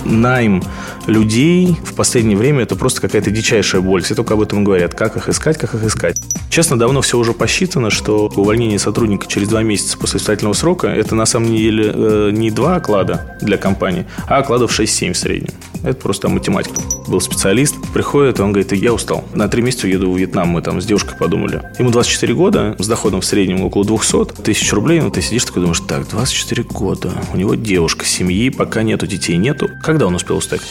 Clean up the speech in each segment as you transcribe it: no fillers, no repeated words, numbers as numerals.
найм людей в последнее время – это просто какая-то дичайшая боль. Все только об этом говорят. Как их искать, как их искать. Честно, давно все уже посчитано, что увольнение сотрудника через 2 месяца после испытательного срока – это на самом деле не 2 оклада для компании, а окладов 6-7 в среднем. Это просто математика. Был специалист, приходит, он говорит: я устал. На 3 месяца уеду в Вьетнам, мы там с девушкой подумали. Ему 24 года, с доходом в среднем около 200 тысяч рублей. Ну, ты сидишь такой, думаешь: так, 24 года, у него девушка, семьи, пока нету, детей нету. Когда он успел устать?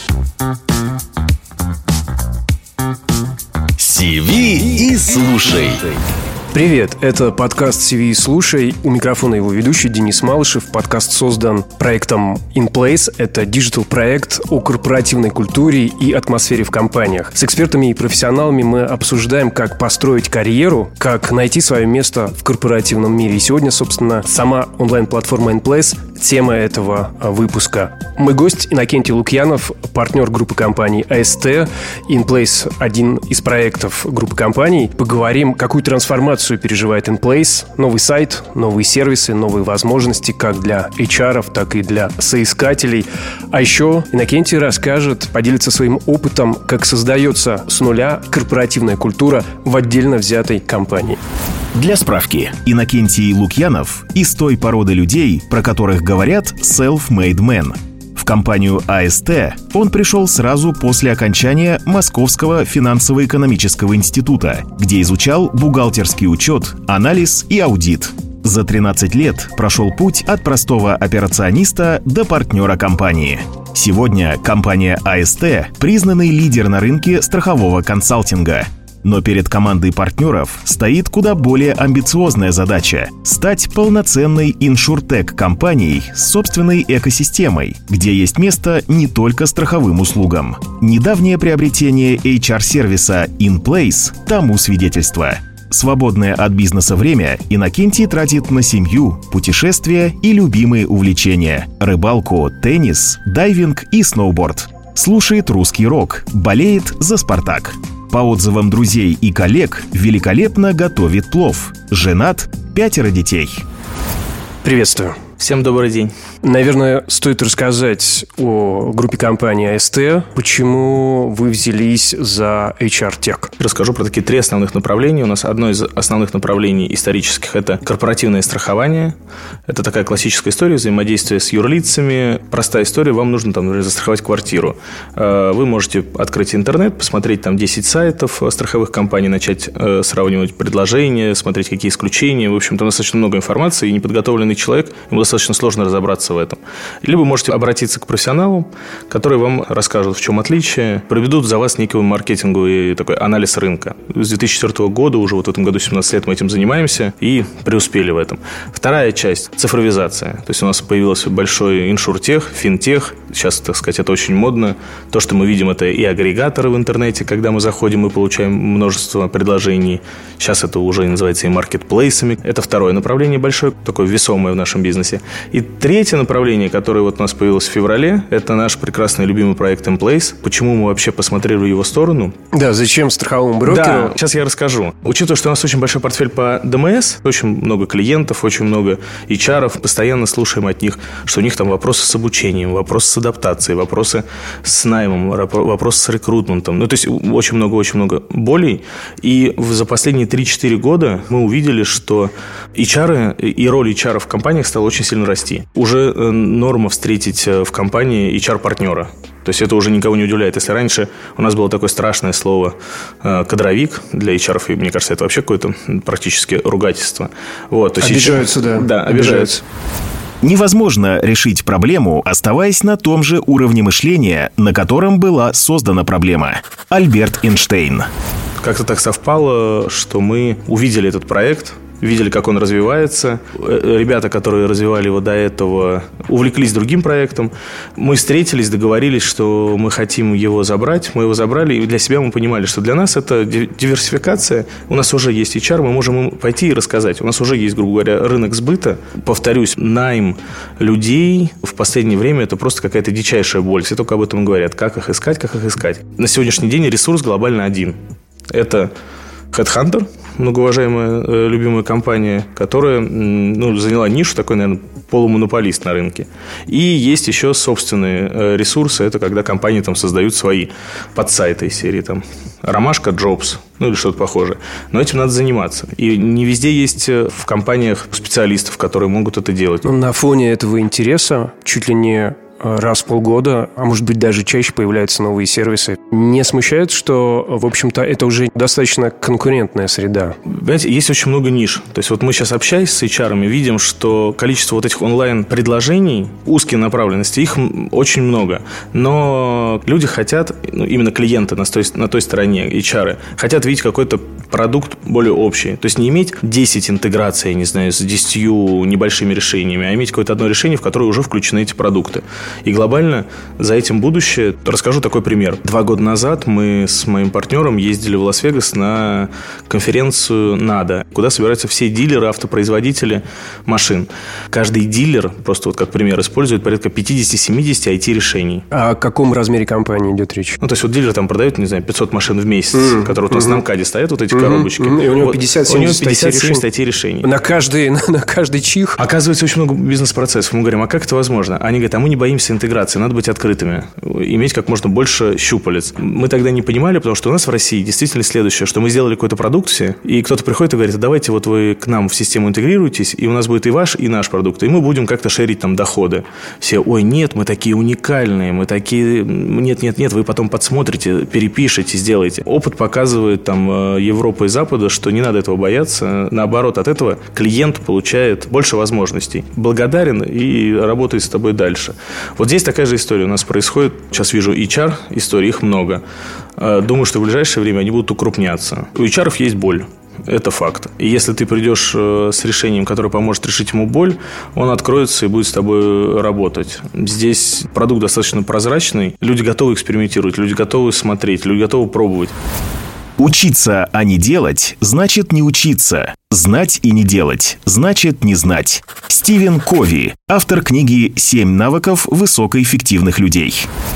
CV и слушай. Привет, это подкаст CV и слушай. У микрофона его ведущий Денис Малышев. Подкаст создан проектом InPlace. Это диджитал-проект о корпоративной культуре и атмосфере в компаниях. С экспертами и профессионалами мы обсуждаем, как построить карьеру, как найти свое место в корпоративном мире. И сегодня, собственно, сама онлайн-платформа InPlace – тема этого выпуска. Мой гость Иннокентий Лукьянов, партнер группы компаний АСТ. InPlace – один из проектов группы компаний. Поговорим, какую трансформацию переживает InPlace, новый сайт, новые сервисы, новые возможности как для HR, так и для соискателей. А еще Иннокентий расскажет, поделится своим опытом, как создается с нуля корпоративная культура в отдельно взятой компании. Для справки, Иннокентий Лукьянов из той породы людей, про которых говорят self-made man. В компанию АСТ он пришел сразу после окончания Московского финансово-экономического института, где изучал бухгалтерский учет, анализ и аудит. За 13 лет прошел путь от простого операциониста до партнера компании. Сегодня компания АСТ – признанный лидер на рынке страхового консалтинга. Но перед командой партнеров стоит куда более амбициозная задача – стать полноценной иншуртек-компанией с собственной экосистемой, где есть место не только страховым услугам. Недавнее приобретение HR-сервиса InPlace тому свидетельство. Свободное от бизнеса время Иннокентий тратит на семью, путешествия и любимые увлечения – рыбалку, теннис, дайвинг и сноуборд. Слушает русский рок, болеет за «Спартак». По отзывам друзей и коллег, великолепно готовит плов. Женат, 5 детей. Приветствую. Всем добрый день. Наверное, стоит рассказать о группе компании АСТ. Почему вы взялись за HR-тек? Расскажу про такие 3 основных направления. У нас одно из основных направлений исторических – это корпоративное страхование. Это такая классическая история взаимодействия с юрлицами. Простая история. Вам нужно, там, например, застраховать квартиру. Вы можете открыть интернет, посмотреть там 10 сайтов страховых компаний, начать сравнивать предложения, смотреть, какие исключения. В общем, там достаточно много информации, и неподготовленный человек, ему достаточно сложно разобраться в этом. Либо можете обратиться к профессионалу, который вам расскажет, в чем отличие, проведут за вас некий маркетинговый такой анализ рынка. С 2004 года, уже вот в этом году 17 лет мы этим занимаемся и преуспели в этом. Вторая часть – цифровизация. То есть у нас появился большой иншуртех, финтех. Сейчас, так сказать, это очень модно. То, что мы видим, это и агрегаторы в интернете, когда мы заходим и получаем множество предложений. Сейчас это уже называется и маркетплейсами. Это второе направление большое, такое весомое в нашем бизнесе. И третье направление, которое вот у нас появилось в феврале, это наш прекрасный любимый проект InPlace. Почему мы вообще посмотрели в его сторону? Да, зачем страховому брокеру? Да, сейчас я расскажу. Учитывая, что у нас очень большой портфель по ДМС, очень много клиентов, очень много HR-ов, постоянно слушаем от них, что у них там вопросы с обучением, вопросы с адаптацией, вопросы с наймом, вопросы с рекрутментом. Ну, то есть очень много болей. И за последние 3-4 года мы увидели, что HR и роль HR в компаниях стала очень сильно расти. Уже норма встретить в компании HR-партнера. То есть это уже никого не удивляет. Если раньше у нас было такое страшное слово «кадровик» для HR, и мне кажется, это вообще какое-то практически ругательство. Вот, то есть обижаются, сейчас... Да, обижаются. Невозможно решить проблему, оставаясь на том же уровне мышления, на котором была создана проблема. Альберт Эйнштейн. Как-то так совпало, что мы увидели этот проект, видели, как он развивается. Ребята, которые развивали его до этого, увлеклись другим проектом. Мы встретились, договорились, что мы хотим его забрать. Мы его забрали, и для себя мы понимали, что для нас это диверсификация. У нас уже есть HR, мы можем им пойти и рассказать. У нас уже есть, грубо говоря, рынок сбыта. Повторюсь, найм людей в последнее время – это просто какая-то дичайшая боль. Все только об этом говорят. Как их искать, как их искать. На сегодняшний день ресурс глобально один. Это HeadHunter, многоуважаемая, любимая компания, которая заняла нишу, такой, наверное, полумонополист на рынке. И есть еще собственные ресурсы. Это когда компании там создают свои подсайты из серии там Ромашка, Jobs, или что-то похожее. Но этим надо заниматься. И не везде есть в компаниях специалистов, которые могут это делать. На фоне этого интереса чуть ли не раз в полгода, а может быть даже чаще, появляются новые сервисы. Не смущает, что, в общем-то, это уже достаточно конкурентная среда? Понимаете, есть очень много ниш. То есть вот мы сейчас, общаясь с HR-ами, видим, что количество вот этих онлайн-предложений, узкие направленности, их очень много. Но люди хотят, именно клиенты на той стороне, HR, хотят видеть какой-то продукт более общий. То есть не иметь 10 интеграций, не знаю, с 10 небольшими решениями, а иметь какое-то одно решение, в которое уже включены эти продукты. И глобально за этим будущее. Расскажу такой пример. 2 года назад мы с моим партнером ездили в Лас-Вегас на конференцию NADA, куда собираются все дилеры, автопроизводители машин. Каждый дилер, просто вот как пример, использует порядка 50-70 IT-решений. А о каком размере компании идет речь? То есть вот дилер там продает, не знаю, 500 машин в месяц, которые вот у нас на МКАДе стоят, вот эти коробочки. И у него 50-70 IT-решений. На каждый чих. Оказывается, очень много бизнес-процессов. Мы говорим, а как это возможно? Они говорят, а мы не боимся интеграции, надо быть открытыми, иметь как можно больше щупалец. Мы тогда не понимали, потому что у нас в России действительно следующее, что мы сделали какой-то продукт все, и кто-то приходит и говорит, давайте вот вы к нам в систему интегрируйтесь, и у нас будет и ваш, и наш продукт, и мы будем как-то шерить там доходы. Все, ой, нет, мы такие уникальные, мы такие, нет, вы потом подсмотрите, перепишите, сделаете. Опыт показывает там Европы и Запада, что не надо этого бояться, наоборот, от этого клиент получает больше возможностей, благодарен и работает с тобой дальше. Вот здесь такая же история у нас происходит. Сейчас вижу HR, историй их много. Думаю, что в ближайшее время они будут укрупняться. У HR есть боль. Это факт. И если ты придешь с решением, которое поможет решить ему боль, он откроется и будет с тобой работать. Здесь продукт достаточно прозрачный. Люди готовы экспериментировать, люди готовы смотреть, люди готовы пробовать. Учиться, а не делать, значит не учиться. Знать и не делать, значит не знать. Стивен Кови, автор книги «7 навыков высокоэффективных людей».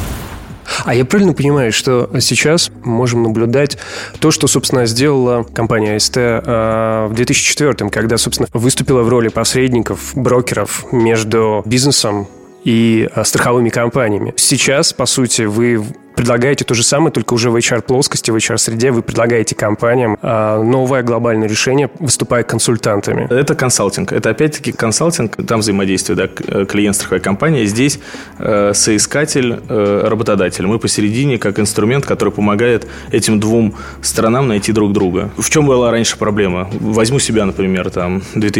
А я правильно понимаю, что сейчас можем наблюдать то, что, собственно, сделала компания АСТ в 2004-м, когда, собственно, выступила в роли посредников, брокеров между бизнесом и страховыми компаниями. Сейчас, по сути, вы предлагаете то же самое, только уже в HR-плоскости, в HR-среде вы предлагаете компаниям новое глобальное решение, выступая консультантами. Это консалтинг. Это опять-таки консалтинг. Там взаимодействие, да, клиент, страховая компания. Здесь соискатель, работодатель. Мы посередине как инструмент, который помогает этим двум сторонам найти друг друга. В чем была раньше проблема? Возьму себя, например, там,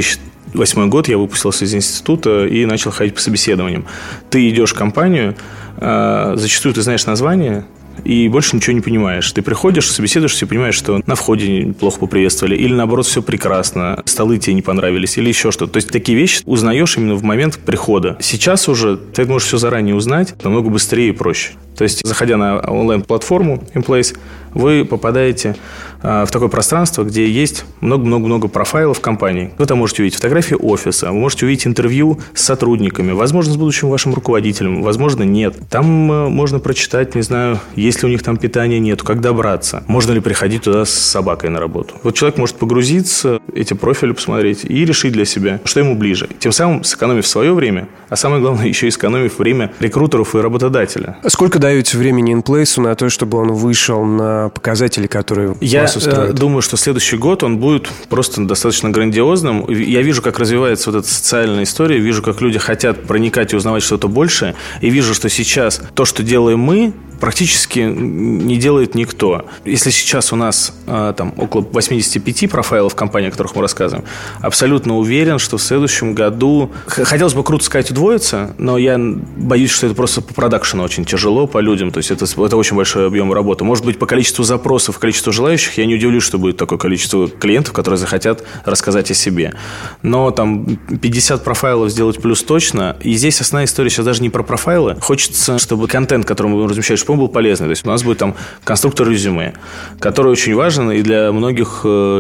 2008 год, я выпустился из института и начал ходить по собеседованиям. Ты идешь в компанию, зачастую ты знаешь название и больше ничего не понимаешь. Ты приходишь, собеседуешься и понимаешь, что на входе плохо поприветствовали, или наоборот все прекрасно, столы тебе не понравились, или еще что-то. То есть такие вещи узнаешь именно в момент прихода. Сейчас уже ты можешь все заранее узнать намного быстрее и проще. То есть, заходя на онлайн-платформу InPlace, вы попадаете в такое пространство, где есть много-много-много профайлов компаний. Вы там можете увидеть фотографии офиса, вы можете увидеть интервью с сотрудниками, возможно, с будущим вашим руководителем, возможно, нет. Там можно прочитать, не знаю, есть ли у них там питания, нету, как добраться, можно ли приходить туда с собакой на работу. Вот человек может погрузиться, эти профили посмотреть и решить для себя, что ему ближе. Тем самым сэкономив свое время, а самое главное, еще и сэкономив время рекрутеров и работодателя. Сколько даете времени InPlace на то, чтобы он вышел на показатели, которые вас устраивают? Я думаю, что следующий год он будет просто достаточно грандиозным. Я вижу, как развивается вот эта социальная история, вижу, как люди хотят проникать и узнавать что-то большее, и вижу, что сейчас то, что делаем мы, практически не делает никто. Если сейчас у нас там около 85 профайлов компаний, о которых мы рассказываем, абсолютно уверен, что в следующем году, хотелось бы круто сказать, удвоится, но я боюсь, что это просто по продакшену очень тяжело, по людям, то есть это очень большой объем работы. Может быть, по количеству запросов, количеству желающих, я не удивлюсь, что будет такое количество клиентов, которые захотят рассказать о себе. Но там 50 профайлов сделать плюс точно, и здесь основная история сейчас даже не про профайлы. Хочется, чтобы контент, который мы размещаем чтобы он был полезный. То есть у нас будет там конструктор резюме, который очень важен и для многих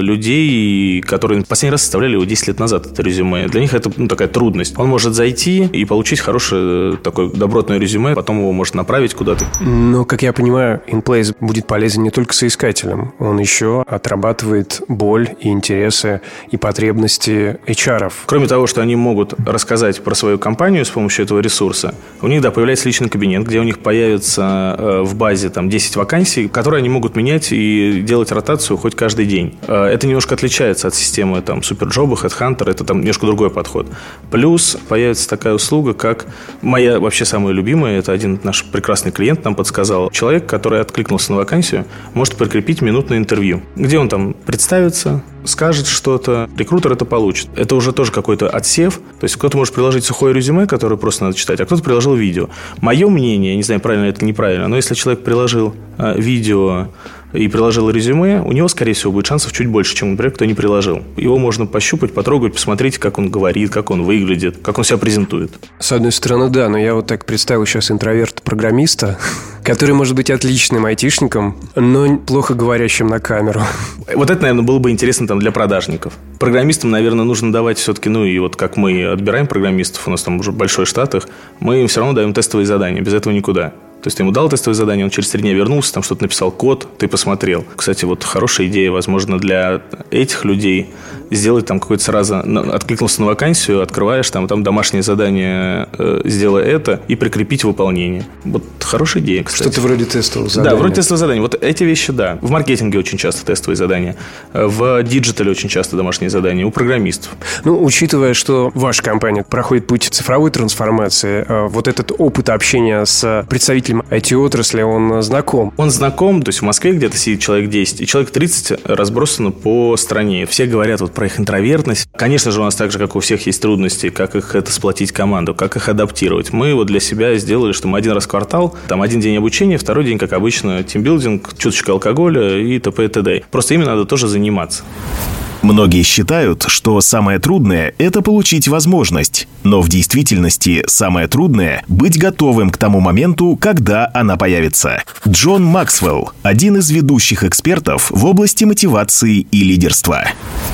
людей, которые последний раз составляли его 10 лет назад, это резюме. Для них это такая трудность. Он может зайти и получить хорошее такое добротное резюме, потом его может направить куда-то. Но, как я понимаю, InPlace будет полезен не только соискателям. Он еще отрабатывает боль и интересы и потребности HR-ов. Кроме того, что они могут рассказать про свою компанию с помощью этого ресурса, у них, появляется личный кабинет, где у них появится в базе 10 вакансий, которые они могут менять и делать ротацию хоть каждый день. Это немножко отличается от системы Суперджоба, HeadHunter, это немножко другой подход. Плюс появится такая услуга, как моя вообще самая любимая, это один наш прекрасный клиент нам подсказал. Человек, который откликнулся на вакансию, может прикрепить минутное интервью, где он представится, скажет что-то, рекрутер это получит. Это уже тоже какой-то отсев. То есть кто-то может приложить сухое резюме, которое просто надо читать, а кто-то приложил видео. Мое мнение, я не знаю, правильно это, неправильно, но если человек приложил видео и приложил резюме, у него, скорее всего, будет шансов чуть больше, чем, например, кто не приложил. Его можно пощупать, потрогать, посмотреть, как он говорит, как он выглядит, как он себя презентует. С одной стороны, да, но я так представил сейчас интроверта-программиста, который может быть отличным айтишником, но плохо говорящим на камеру. Вот это, наверное, было бы интересно для продажников. Программистам, наверное, нужно давать все-таки, как мы отбираем программистов, у нас там уже большой штат их, мы им все равно даем тестовые задания, без этого никуда. То есть ты ему дал тестовое задание, он через 3 дня вернулся, что-то написал код, ты посмотрел. Кстати, хорошая идея, возможно, для этих людей сделать какой-то сразу, откликнулся на вакансию, открываешь, там домашнее задание, сделай это и прикрепить выполнение. Хорошая идея, кстати. Что-то вроде тестового задания. Да, вроде тестового задания. Эти вещи, да. В маркетинге очень часто тестовые задания. В диджитале очень часто домашние задания. У программистов. Учитывая, что ваша компания проходит путь цифровой трансформации, этот опыт общения с представителем IT-отрасли, он знаком? Он знаком, то есть в Москве где-то сидит человек 10, и человек 30 разбросано по стране. Все говорят про их интровертность. Конечно же, у нас так же, как у всех, есть трудности, как их сплотить команду, как их адаптировать. Мы для себя сделали, что мы один раз в квартал, один день обучения, второй день, как обычно, тимбилдинг, чуточку алкоголя и т.п. и т.д. Просто ими надо тоже заниматься. Многие считают, что самое трудное – это получить возможность. Но в действительности самое трудное – быть готовым к тому моменту, когда она появится. Джон Максвелл – один из ведущих экспертов в области мотивации и лидерства.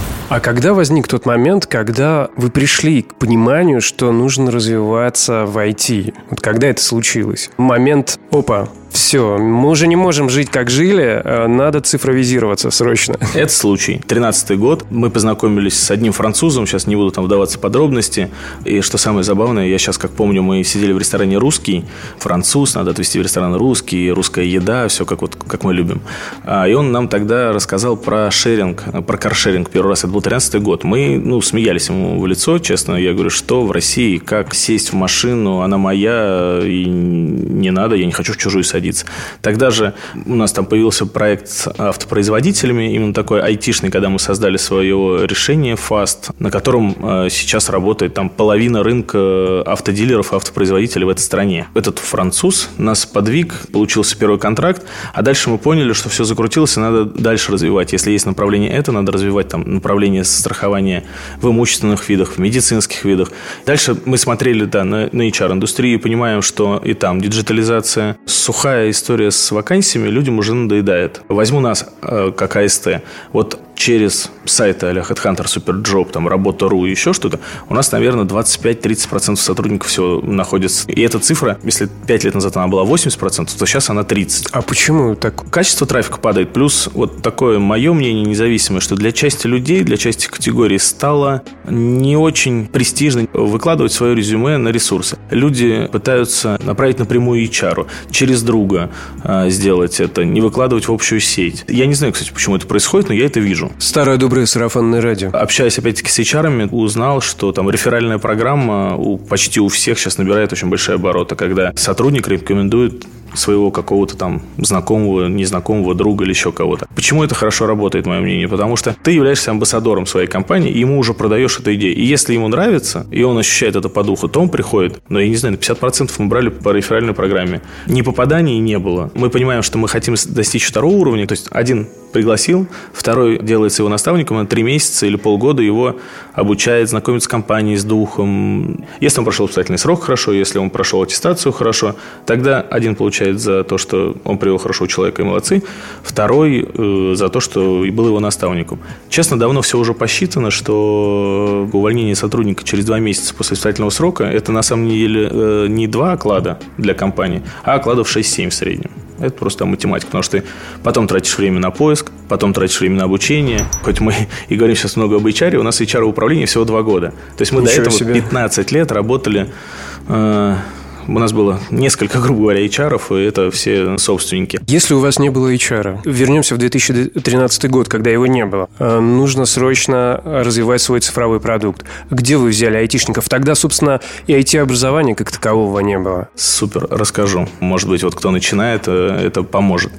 А когда возник тот момент, когда вы пришли к пониманию, что нужно развиваться в IT? Когда это случилось? Момент, все, мы уже не можем жить, как жили, надо цифровизироваться срочно. Это случай. 13-й год. Мы познакомились с одним французом, сейчас не буду вдаваться в подробности. И что самое забавное, я сейчас, как помню, мы сидели в ресторане «Русский», француз, надо отвезти в ресторан «Русский», русская еда, все как мы любим. И он нам тогда рассказал про шеринг, про каршеринг первый раз. Это был 13-й год. Мы, смеялись ему в лицо, честно. Я говорю, что в России, как сесть в машину, она моя, и не надо, я не хочу в чужую садиться. Тогда же у нас появился проект с автопроизводителями, именно такой айтишный, когда мы создали свое решение Fast, на котором сейчас работает половина рынка автодилеров, автопроизводителей в этой стране. Этот француз нас подвиг, получился первый контракт, а дальше мы поняли, что все закрутилось, и надо дальше развивать. Если есть направление это, надо развивать направление страхования в имущественных видах, в медицинских видах. Дальше мы смотрели на HR-индустрию и понимаем, что и там диджитализация, сухая история с вакансиями людям уже надоедает. Возьму нас, как АСТ. Через сайты а-ля HeadHunter, Superjob, Работа.ру и еще что-то, у нас, наверное, 25-30% сотрудников всего находится. И эта цифра, если 5 лет назад она была 80%, то сейчас она 30%. А почему так? Качество трафика падает. Плюс такое мое мнение независимое, что для части людей, для части категорий стало не очень престижно выкладывать свое резюме на ресурсы. Люди пытаются направить напрямую HR, через друга сделать это, не выкладывать в общую сеть. Я не знаю, кстати, почему это происходит, но я это вижу. Старое доброе сарафанное радио. Общаясь, опять-таки, с HR-ами, узнал, что реферальная программа почти у всех сейчас набирает очень большие обороты, когда сотрудник рекомендует своего какого-то знакомого, незнакомого друга или еще кого-то. Почему это хорошо работает, мое мнение? Потому что ты являешься амбассадором своей компании, и ему уже продаешь эту идею. И если ему нравится, и он ощущает это по духу, то он приходит. Но, я не знаю, на 50% мы брали по реферальной программе. Ни попаданий не было. Мы понимаем, что мы хотим достичь второго уровня, то есть один пригласил, второй делается его наставником, на 3 месяца или полгода его обучает, знакомит с компанией, с духом. Если он прошел испытательный срок хорошо, если он прошел аттестацию хорошо, тогда один получает отвечает за то, что он привел хорошего человека, и молодцы. Второй за то, что был его наставником. Честно, давно все уже посчитано, что увольнение сотрудника через 2 месяца после испытательного срока – это на самом деле не 2 оклада для компании, а окладов 6-7 в среднем. Это просто математика, потому что ты потом тратишь время на поиск, потом тратишь время на обучение. Хоть мы и говорим сейчас много об HR, у нас HR-управление всего 2 года. То есть мы до этого 15 лет работали... У нас было несколько, грубо говоря, HR-ов, и это все собственники. Если у вас не было HR, вернемся в 2013 год, когда его не было. Нужно срочно развивать свой цифровой продукт. Где вы взяли айтишников? Тогда, собственно, и IT-образования как такового не было. Супер, расскажу. Может быть, вот кто начинает, это поможет.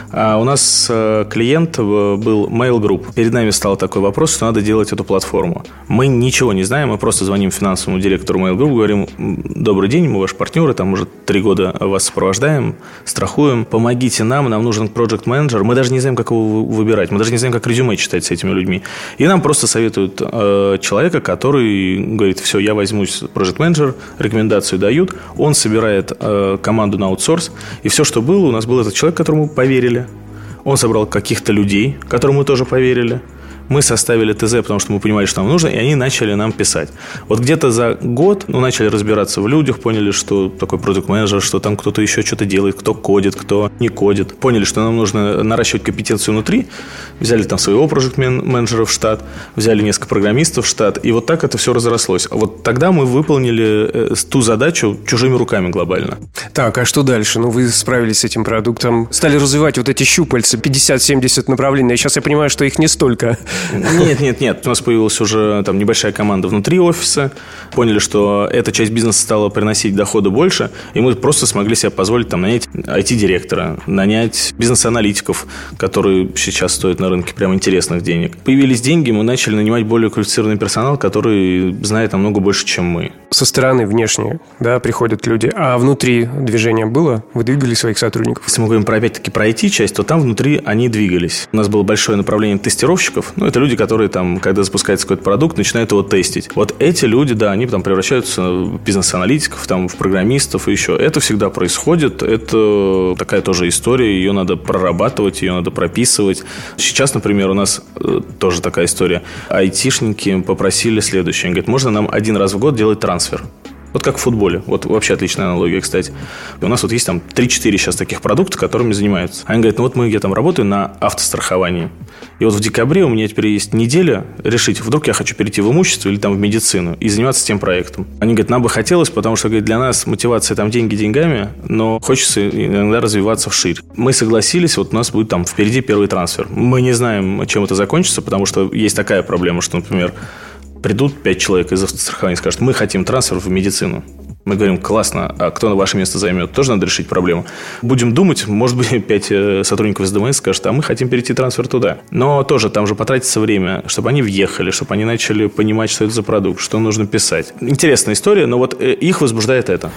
У нас клиент был Mail Group. Перед нами стал такой вопрос, что надо делать эту платформу. Мы ничего не знаем, мы просто звоним финансовому директору Mail Group, говорим: добрый день, мы ваш партнер, там уже 3 года вас сопровождаем, страхуем, помогите нам нужен проект-менеджер, мы даже не знаем, как его выбирать, мы даже не знаем, как резюме читать с этими людьми. И нам просто советуют человека, который говорит: все, я возьмусь проект-менеджер, рекомендацию дают, он собирает команду на аутсорс, и все, что было, у нас был этот человек, которому поверили, он собрал каких-то людей, которым мы тоже поверили. Мы составили ТЗ, потому что мы понимали, что нам нужно, и они начали нам писать. Вот где-то за год начали разбираться в людях, поняли, что такой продакт-менеджер, что там кто-то еще что-то делает, кто кодит, кто не кодит. Поняли, что нам нужно наращивать компетенцию внутри. Взяли там своего проект-менеджера в штат, взяли несколько программистов в штат, и вот так это все разрослось. А вот тогда мы выполнили ту задачу чужими руками глобально. Так, а что дальше? Вы справились с этим продуктом, стали развивать вот эти щупальца, 50-70 направлений. Сейчас я понимаю, что их не столько. Нет. У нас появилась уже там небольшая команда внутри офиса. Поняли, что эта часть бизнеса стала приносить дохода больше, и мы просто смогли себе позволить там нанять IT-директора, нанять бизнес-аналитиков, которые сейчас стоят на рынке прям интересных денег. Появились деньги, мы начали нанимать более квалифицированный персонал, который знает намного больше, чем мы. Со стороны внешне, да, приходят люди, а внутри движение было? Вы двигали своих сотрудников? Если мы говорим опять-таки про IT-часть, то там внутри они двигались. У нас было большое направление тестировщиков. Это люди, которые там, когда запускается какой-то продукт, начинают его тестить. Вот эти люди, да, они там превращаются в бизнес-аналитиков, там, в программистов и еще. Это всегда происходит. Это такая тоже история. Ее надо прорабатывать, ее надо прописывать. Сейчас, например, у нас тоже такая история. Айтишники попросили следующее. Они говорят: можно нам 1 раз в год делать трансфер? Вот как в футболе. Вот вообще отличная аналогия, кстати. И у нас вот есть там 3-4 сейчас таких продукта, которыми занимаются. Они говорят: я там работаю на автостраховании. И вот в декабре у меня теперь есть неделя решить, вдруг я хочу перейти в имущество или там в медицину и заниматься тем проектом. Они говорят: нам бы хотелось, потому что, говорит, для нас мотивация там деньги деньгами, но хочется иногда развиваться вширь. Мы согласились, вот у нас будет там впереди первый трансфер. Мы не знаем, чем это закончится, потому что есть такая проблема, что, например, придут 5 человек из автострахования и скажут: мы хотим трансфер в медицину. Мы говорим: классно, а кто на ваше место займет? Тоже надо решить проблему. Будем думать, может быть, 5 сотрудников из ДМС скажут: а мы хотим перейти трансфер туда. Но тоже там же потратится время, чтобы они въехали, чтобы они начали понимать, что это за продукт, что нужно писать. Интересная история, но вот их возбуждает это.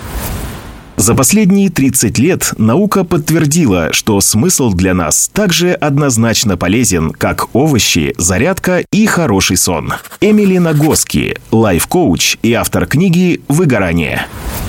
За последние 30 лет наука подтвердила, что смысл для нас также однозначно полезен, как овощи, зарядка и хороший сон. Эмили Нагоски, лайф-коуч и автор книги «Выгорание».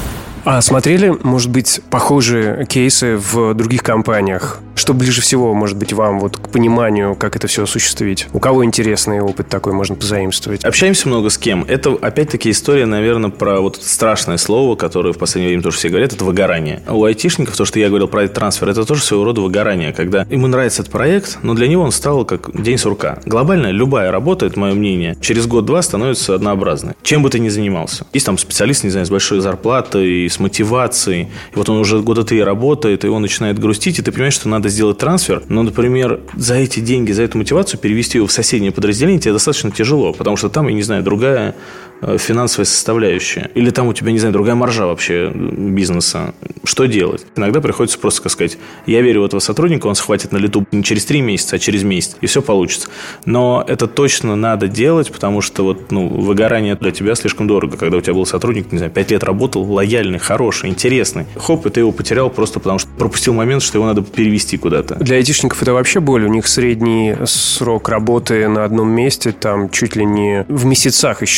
А смотрели, может быть, похожие кейсы в других компаниях? Что ближе всего, может быть, вам вот к пониманию, как это все осуществить? У кого интересный опыт такой можно позаимствовать? Общаемся много с кем. Это, опять-таки, история, наверное, про вот страшное слово, которое в последнее время тоже все говорят, это выгорание. У айтишников, то, что я говорил про этот трансфер, это тоже своего рода выгорание, когда ему нравится этот проект, но для него он стал как день сурка. Глобально любая работа, это мое мнение, через год-два становится однообразной. Чем бы ты ни занимался. Есть там специалист, не знаю, с большой зарплатой, с мотивацией. И вот он уже 3 года работает, и он начинает грустить, и ты понимаешь, что надо сделать трансфер. Но, например, за эти деньги, за эту мотивацию перевести его в соседнее подразделение тебе достаточно тяжело, потому что там, я не знаю, другая финансовая составляющая. Или там у тебя, не знаю, другая маржа вообще бизнеса. Что делать? Иногда приходится просто сказать: я верю в этого сотрудника, он схватит на лету не через 3 месяца, а через месяц, и все получится. Но это точно надо делать, потому что вот, выгорание для тебя слишком дорого. Когда у тебя был сотрудник, не знаю, 5 лет работал, лояльный, хороший, интересный. Хоп, и ты его потерял просто потому, что пропустил момент, что его надо перевести куда-то. Для айтишников это вообще боль. У них средний срок работы на одном месте там чуть ли не в месяцах исчисляется.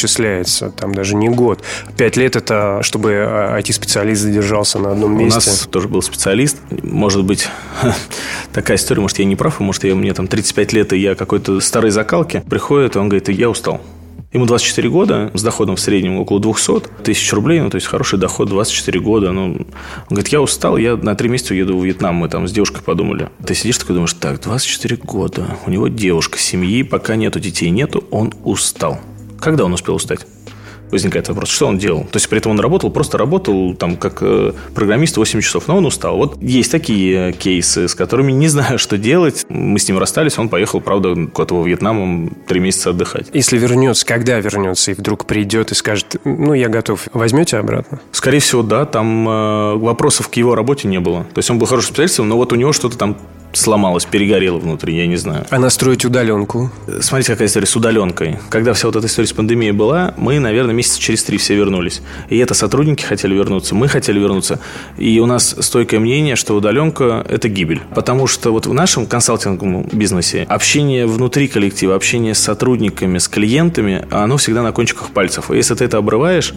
месяца, там даже не год. 5 лет — это чтобы IT-специалист задержался на одном месте. У нас тоже был специалист. Может быть, такая история, может, я не прав, может, мне там 35 лет, и я какой-то старой закалки. Приходит, и он говорит: я устал. Ему 24 года, с доходом в среднем около 200 тысяч рублей, то есть хороший доход, 24 года. Он говорит: я устал, я на 3 месяца уеду в Вьетнам. Мы там с девушкой подумали. Ты сидишь такой, думаешь: так, 24 года, у него девушка, семьи, пока нету, детей нету, он устал. Когда он успел устать? Возникает вопрос, что он делал? То есть, при этом он работал, просто работал там как программист 8 часов, но он устал. Вот есть такие кейсы, с которыми не знаю, что делать. Мы с ним расстались, он поехал, правда, куда-то во Вьетнам 3 месяца отдыхать. Если вернется, когда вернется и вдруг придет и скажет: я готов, возьмете обратно? Скорее всего, да. Там вопросов к его работе не было. То есть, он был хорошим специалистом, но вот у него что-то там сломалось, перегорело внутри, я не знаю. А настроить удаленку? Смотрите, какая история с удаленкой. Когда вся вот эта история с пандемией была, мы, наверное, месяца через 3 все вернулись. И это сотрудники хотели вернуться, мы хотели вернуться. И у нас стойкое мнение, что удаленка – это гибель. Потому что вот в нашем консалтинговом бизнесе общение внутри коллектива, общение с сотрудниками, с клиентами, оно всегда на кончиках пальцев. И если ты это обрываешь,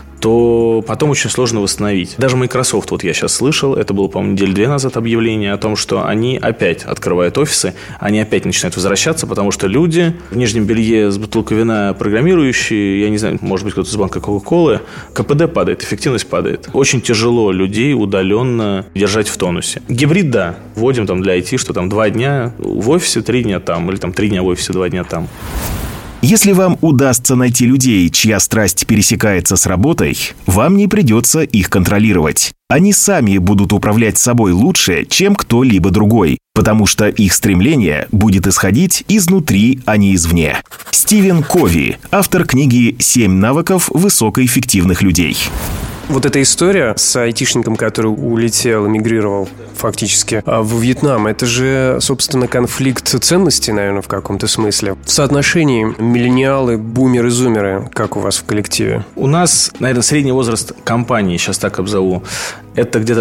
то потом очень сложно восстановить. Даже Microsoft, вот я сейчас слышал, это было, по-моему, 2 недели назад объявление о том, что они опять открывают офисы, они опять начинают возвращаться, потому что люди в нижнем белье с бутылкой вина программирующие, я не знаю, может быть, кто-то с банка Кока-Колы, КПД падает, эффективность падает. Очень тяжело людей удаленно держать в тонусе. Гибрид, да, вводим там для IT, что там 2 дня в офисе, 3 дня там, или там 3 дня в офисе, 2 дня там. Если вам удастся найти людей, чья страсть пересекается с работой, вам не придется их контролировать. Они сами будут управлять собой лучше, чем кто-либо другой, потому что их стремление будет исходить изнутри, а не извне. Стивен Кови, автор книги «7 навыков высокоэффективных людей». Вот эта история с айтишником, который улетел, эмигрировал фактически в Вьетнам, это же, собственно, конфликт ценностей, наверное, в каком-то смысле. В соотношении миллениалы, бумеры, зумеры, как у вас в коллективе? У нас, наверное, средний возраст компании, сейчас так обзову, это где-то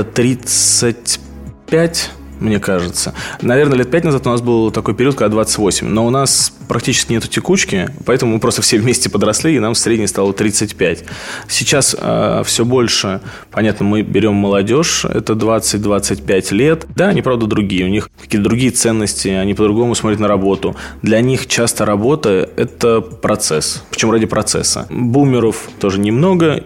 35, мне кажется. Наверное, лет 5 назад у нас был такой период, когда 28. Но у нас практически нету текучки, поэтому мы просто все вместе подросли, и нам в среднем стало 35. Сейчас все больше, понятно, мы берем молодежь, это 20-25 лет. Да, они, правда, другие, у них какие-то другие ценности, они по-другому смотрят на работу. Для них часто работа – это процесс, причем ради процесса. Бумеров тоже немного,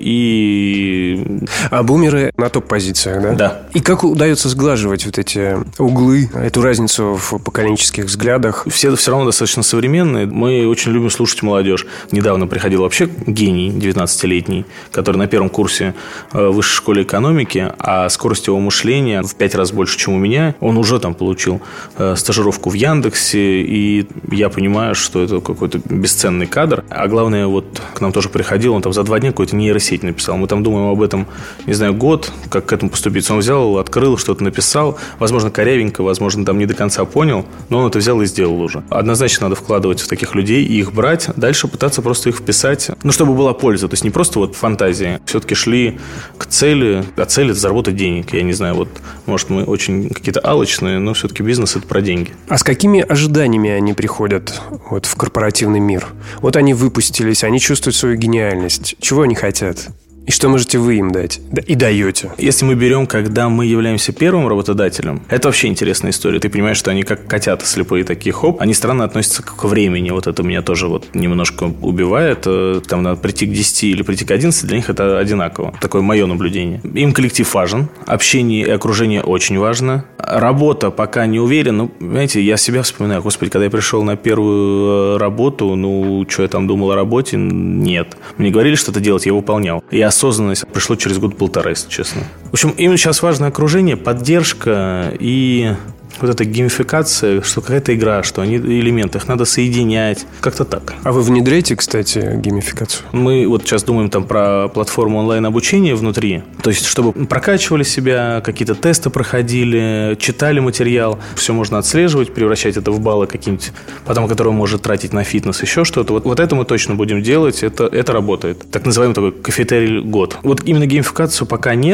и... А бумеры на топ-позициях, да? Да. И как удается сглаживать вот эти углы, эту разницу в поколенческих взглядах? Все равно достаточно современные. Мы очень любим слушать молодежь. Недавно приходил вообще гений 19-летний, который на первом курсе высшей школы экономики, а скорость его мышления в 5 раз больше, чем у меня. Он уже там получил стажировку в Яндексе, и я понимаю, что это какой-то бесценный кадр. А главное, вот к нам тоже приходил, он там за 2 дня какую-то нейросеть написал. Мы там думаем об этом, не знаю, год, как к этому поступить. Он взял, открыл, что-то написал. Возможно, корявенько, возможно, там не до конца понял, но он это взял и сделал уже. Однозначно надо вкладывать в таких людей и их брать, дальше пытаться просто их вписать, чтобы была польза. То есть не просто вот фантазии. Все-таки шли к цели, а цель – это заработать денег. Я не знаю, вот, может, мы очень какие-то алчные, но все-таки бизнес – это про деньги. А с какими ожиданиями они приходят вот в корпоративный мир? Вот они выпустились, они чувствуют свою гениальность. Чего они хотят? И что можете вы им дать? И даете? Если мы берем, когда мы являемся первым работодателем, это вообще интересная история. Ты понимаешь, что они как котята слепые такие, хоп, они странно относятся к времени. Вот это меня тоже вот немножко убивает. Там надо прийти к 10 или прийти к 11, для них это одинаково. Такое мое наблюдение. Им коллектив важен, общение и окружение очень важно. Работа пока не уверен. Ну, понимаете, я себя вспоминаю. Господи, когда я пришел на первую работу, что я там думал о работе? Нет. Мне говорили что-то делать, я выполнял. И осознанность пришло через 1-1.5, если честно. В общем, им сейчас важно окружение, поддержка и вот эта геймификация, что какая-то игра, что они элементы, их надо соединять. Как-то так. А вы внедряете, кстати, геймификацию? Мы вот сейчас думаем там про платформу онлайн-обучения внутри. То есть, чтобы прокачивали себя, какие-то тесты проходили, читали материал. Все можно отслеживать, превращать это в баллы какие-нибудь, потом которые может тратить на фитнес, еще что-то. Вот это мы точно будем делать, это работает. Так называемый такой кафетерий год. Вот именно геймификацию пока нет.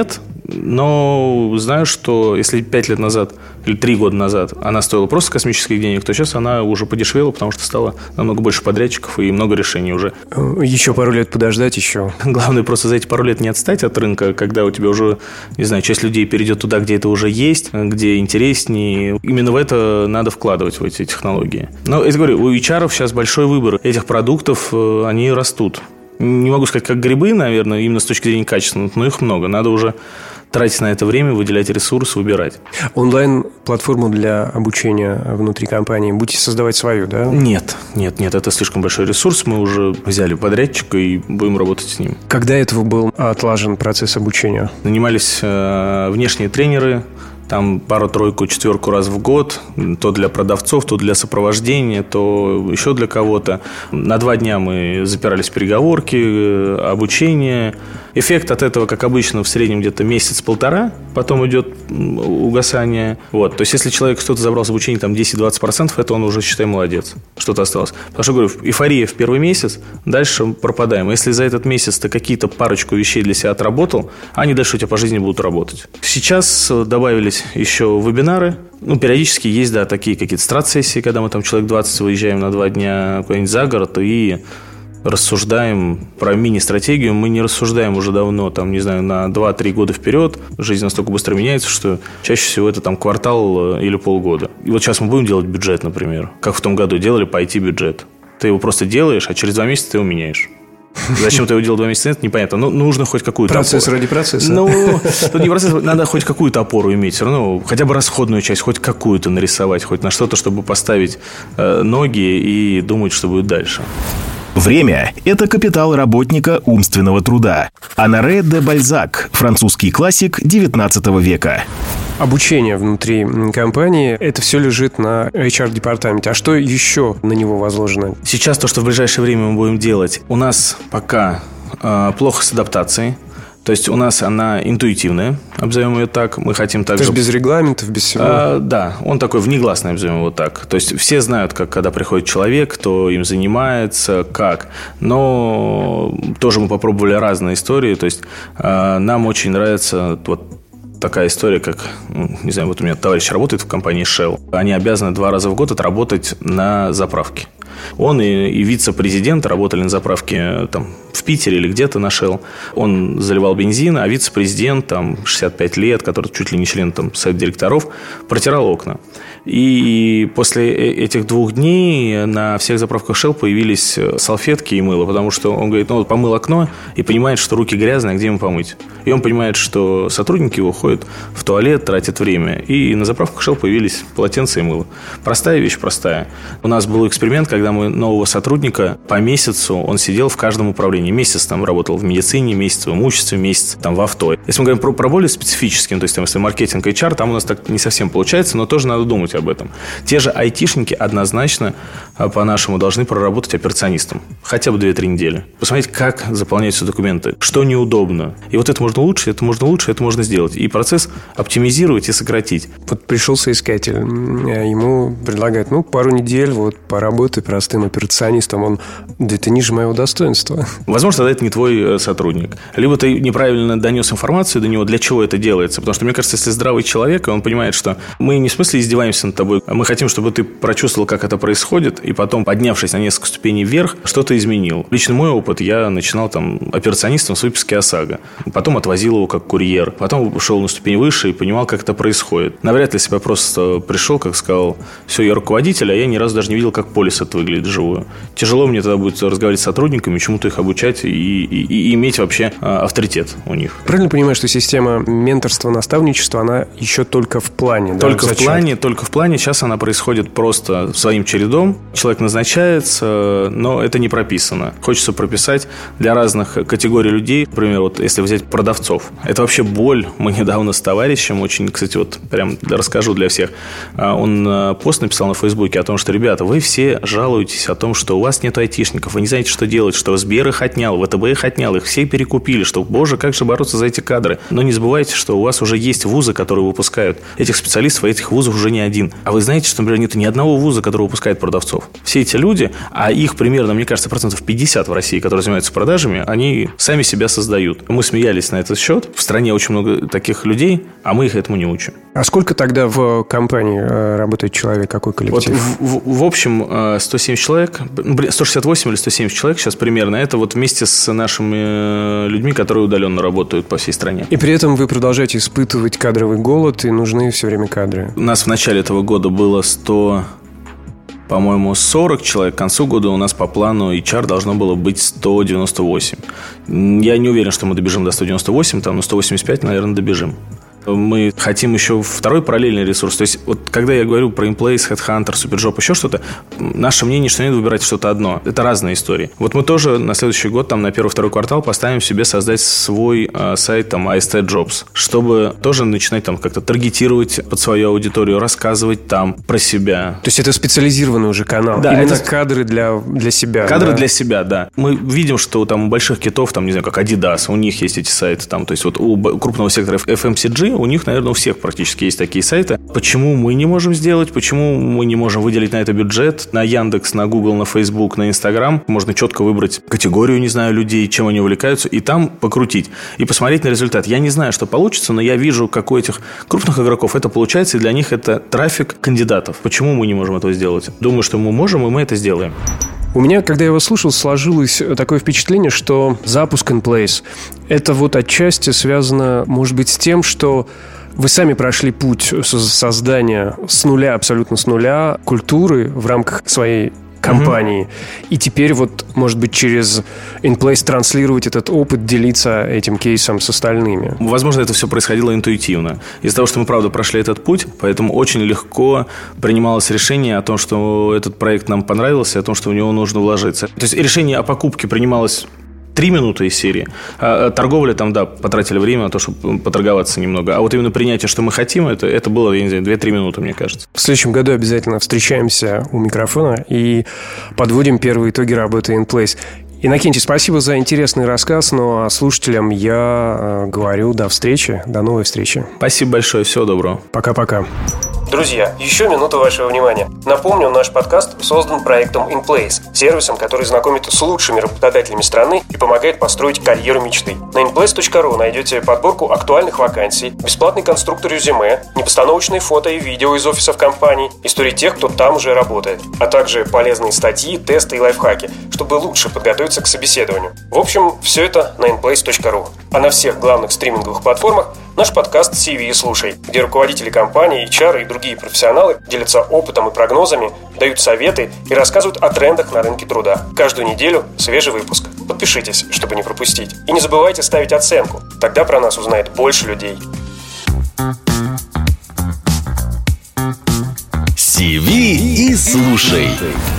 Но знаю, что если 5 лет назад или 3 года назад она стоила просто космических денег, то сейчас она уже подешевела, потому что стало намного больше подрядчиков и много решений уже. Еще пару лет подождать еще. Главное просто за эти пару лет не отстать от рынка, когда у тебя уже, не знаю, часть людей перейдет туда, где это уже есть, где интереснее. Именно в это надо вкладывать, в эти технологии. Но, я говорю, у HR сейчас большой выбор этих продуктов, они растут. Не могу сказать, как грибы, наверное, именно с точки зрения качества, но их много. Надо уже тратить на это время, выделять ресурсы, выбирать. Онлайн-платформу для обучения внутри компании будете создавать свою, да? Нет, это слишком большой ресурс. Мы уже взяли подрядчика и будем работать с ним. Когда этого был отлажен процесс обучения? Нанимались внешние тренеры, там пару-тройку, 4 раз в год, то для продавцов, то для сопровождения, то еще для кого-то. На 2 дня мы запирались в переговорки, обучение. Эффект от этого, как обычно, в среднем где-то месяц-полтора, потом идет угасание. Вот. То есть, если человек что-то забрал с обучения, там 10-20%, это он уже, считай, молодец. Что-то осталось. Потому что, говорю, эйфория в первый месяц, дальше пропадаем. Если за этот месяц ты какие-то парочку вещей для себя отработал, они дальше у тебя по жизни будут работать. Сейчас добавились еще вебинары. Периодически есть, да, такие какие-то страт-сессии, когда мы там человек 20 выезжаем на 2 дня куда-нибудь за город и рассуждаем про мини-стратегию. Мы не рассуждаем уже давно, там, не знаю, на 2-3 года вперед. Жизнь настолько быстро меняется, что чаще всего это там квартал или полгода. И вот сейчас мы будем делать бюджет, например. Как в том году делали по IT-бюджет. Ты его просто делаешь, а через 2 месяца ты его меняешь. Зачем ты его делал 2 месяца? Нет, непонятно. Нужно хоть какую-то процесс опору. Ради процесса. Тут не процесс, надо хоть какую-то опору иметь. Все равно хотя бы расходную часть, хоть какую-то нарисовать, хоть на что-то, чтобы поставить ноги и думать, что будет дальше. Время – это капитал работника умственного труда. Оноре де Бальзак, французский классик XIX века. Обучение внутри компании – это все лежит на HR-департаменте. А что еще на него возложено? Сейчас то, что в ближайшее время мы будем делать, у нас пока плохо с адаптацией. То есть у нас она интуитивная, обзовем ее так. Мы хотим также... То есть без регламентов, без всего? Да, он такой внегласный, обзовем его так. То есть все знают, как когда приходит человек, кто им занимается, как. Но тоже мы попробовали разные истории. То есть нам очень нравится вот такая история, как, не знаю, вот у меня товарищ работает в компании Shell. Они обязаны 2 раза в год отработать на заправке. Он и вице-президент работали на заправке там, в Питере или где-то на Shell. Он заливал бензин, а вице-президент, там, 65 лет, который чуть ли не член там, совета директоров, протирал окна. И после этих 2 дней на всех заправках Shell появились салфетки и мыло, потому что он говорит, вот помыл окно и понимает, что руки грязные, а где ему помыть? И он понимает, что сотрудники его ходят в туалет, тратят время. И на заправках Shell появились полотенца и мыло. Простая вещь, простая. У нас был эксперимент, когда мы нового сотрудника по месяцу, он сидел в каждом управлении. Месяц там работал в медицине, месяц в имуществе, месяц там в авто. Если мы говорим про более специфические, то есть там, если маркетинг, HR, там у нас так не совсем получается, но тоже надо думать об этом. Те же айтишники однозначно, по-нашему, должны проработать операционистом. Хотя бы 2-3 недели. Посмотреть, как заполняются документы, что неудобно. И вот это можно улучшить, это можно сделать. И процесс оптимизировать и сократить. Вот пришел соискатель, ему предлагают, пару недель, вот поработай простым операционистом. Да это ниже моего достоинства. Возможно, тогда это не твой сотрудник. Либо ты неправильно донес информацию до него, для чего это делается. Потому что, мне кажется, если здравый человек, и он понимает, что мы не в смысле издеваемся над тобой, а мы хотим, чтобы ты прочувствовал, как это происходит, и потом, поднявшись на несколько ступеней вверх, что-то изменил. Лично мой опыт, я начинал там операционистом с выписки ОСАГО. Потом отвозил его как курьер. Потом шел на ступень выше и понимал, как это происходит. Навряд ли себя просто пришел, как сказал, все, я руководитель, а я ни разу даже не видел, как полис это выглядит вживую. Тяжело мне тогда будет разговаривать с сотрудниками, чему-то их обучать и иметь вообще авторитет у них. Правильно понимаю, что система менторства, наставничества, она еще только в плане? Только в плане. Сейчас она происходит просто своим чередом. Человек назначается, но это не прописано. Хочется прописать для разных категорий людей. Например, вот если взять продавцов. Это вообще боль. Мы недавно с товарищем очень, кстати, вот прям расскажу для всех. Он пост написал на Фейсбуке о том, что, ребята, вы все жалуетесь о том, что у вас нет айтишников, вы не знаете, что делать, что Сбер их отнял, ВТБ их отнял, их все перекупили, что, боже, как же бороться за эти кадры. Но не забывайте, что у вас уже есть вузы, которые выпускают этих специалистов, а этих вузов уже не один. А вы знаете, что, например, нет ни одного вуза, который выпускает продавцов. Все эти люди, а их примерно, мне кажется, 50% в России, которые занимаются продажами, они сами себя создают. Мы смеялись на этот счет. В стране очень много таких людей, а мы их этому не учим. А сколько тогда в компании работает человек? Какой коллектив? Вот в общем 170 человек, 168 или 170 человек сейчас примерно. Это вот вместе с нашими людьми, которые удаленно работают по всей стране. И при этом вы продолжаете испытывать кадровый голод, и нужны все время кадры. У нас в начале этого года было 40 человек. К концу года у нас по плану HR должно было быть 198. Я не уверен, что мы добежим до 198, но 185, наверное, добежим. Мы хотим еще второй параллельный ресурс. То есть, вот когда я говорю про InPlace, Headhunter, Superjob, еще что-то, наше мнение, что не надо выбирать что-то одно. Это разные истории. Вот мы тоже на следующий год, на первый-второй квартал поставим себе создать свой сайт, AST Jobs, чтобы тоже начинать как-то таргетировать под свою аудиторию, рассказывать там про себя. То есть, это специализированный уже канал. Да, именно кадры для себя. Кадры для себя, да. Мы видим, что там у больших китов, не знаю, как Adidas, у них есть эти сайты. То есть, вот у крупного сектора FMCG, у них, наверное, у всех практически есть такие сайты. Почему мы не можем сделать? Почему мы не можем выделить на это бюджет? На Яндекс, на Google, на Facebook, на Instagram можно четко выбрать категорию, не знаю, людей, чем они увлекаются, и там покрутить. И посмотреть на результат. Я не знаю, что получится, но я вижу, как у этих крупных игроков это получается, и для них это трафик кандидатов. Почему мы не можем этого сделать? Думаю, что мы можем, и мы это сделаем. У меня, когда я его слушал, сложилось такое впечатление, что запуск InPlace – это вот отчасти связано, может быть, с тем, что вы сами прошли путь создания с нуля, абсолютно с нуля, культуры в рамках своей компании. И теперь вот, может быть, через InPlace транслировать этот опыт, делиться этим кейсом с остальными. Возможно, это все происходило интуитивно. Из-за того, что мы, правда, прошли этот путь, поэтому очень легко принималось решение о том, что этот проект нам понравился, о том, что в него нужно вложиться. То есть решение о покупке принималось 3 минуты из серии. А торговля потратили время на то, чтобы поторговаться немного. А вот именно принятие, что мы хотим, это было, я не знаю, 2-3 минуты, мне кажется. В следующем году обязательно встречаемся у микрофона и подводим первые итоги работы InPlace. Иннокентий, спасибо за интересный рассказ. Ну а слушателям я говорю до встречи, до новой встречи. Спасибо большое, всего доброго. Пока-пока. Друзья, еще минуту вашего внимания. Напомню, наш подкаст создан проектом InPlace, сервисом, который знакомит с лучшими работодателями страны и помогает построить карьеру мечты. На inplace.ru найдете подборку актуальных вакансий, бесплатный конструктор резюме, непостановочные фото и видео из офисов компаний, истории тех, кто там уже работает, а также полезные статьи, тесты и лайфхаки, чтобы лучше подготовиться к собеседованию. В общем, все это на inplace.ru. А на всех главных стриминговых платформах наш подкаст CV «Слушай», где руководители компаний, HR и другие профессионалы делятся опытом и прогнозами, дают советы и рассказывают о трендах на рынке труда. Каждую неделю свежий выпуск. Подпишитесь, чтобы не пропустить. И не забывайте ставить оценку. Тогда про нас узнает больше людей. CV и «Слушай».